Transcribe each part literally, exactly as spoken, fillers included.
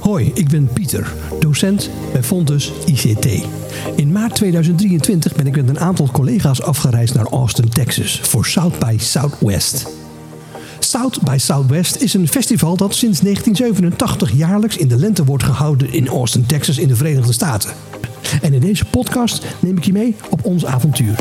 Hoi, ik ben Pieter, docent bij Fontes I C T. In maart tweeduizend drieëntwintig ben ik met een aantal collega's afgereisd naar Austin, Texas voor South by Southwest. South by Southwest is een festival dat sinds negentien zevenentachtig jaarlijks in de lente wordt gehouden in Austin, Texas in de Verenigde Staten. En in deze podcast neem ik je mee op ons avontuur.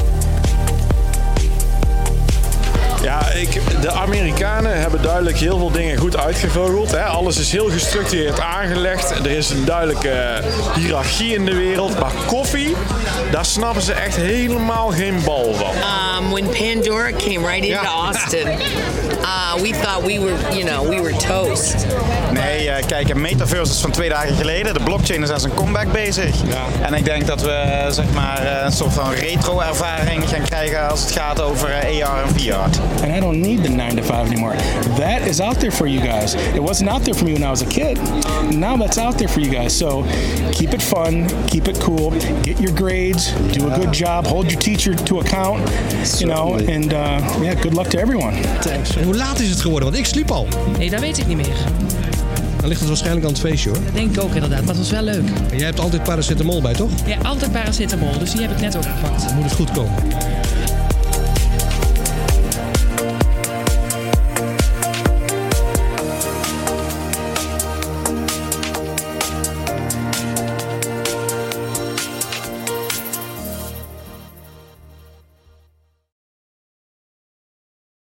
Ja, ik, de Amerikanen hebben duidelijk heel veel dingen goed uitgevogeld. Hè. Alles is heel gestructureerd aangelegd. Er is een duidelijke hiërarchie in de wereld. Maar koffie, daar snappen ze echt helemaal geen bal van. Um, when Pandora came right into Ja. Austin, uh, we thought we were, you know, we were toast. Nee, uh, kijk, Metaverse is van twee dagen geleden. De blockchain is aan zijn comeback bezig. Ja. En ik denk dat we zeg maar een soort van retro-ervaring gaan krijgen als het gaat over A R en V R. And I don't need the nine to five anymore. That is out there for you guys. It wasn't out there for me when I was a kid. Now that's out there for you guys. So keep it fun, keep it cool, get your grades, do a good job, hold your teacher to account, you know, and uh, yeah, good luck to everyone. Thanks. En hoe laat is het geworden? Want ik sliep al. Nee, dat weet ik niet meer. Dan ligt het waarschijnlijk aan het feestje hoor. Dat denk ik ook inderdaad, maar het was wel leuk. En jij hebt altijd paracetamol bij, toch? Ja, altijd paracetamol, dus die heb ik net ook gepakt. Dan moet het goed komen.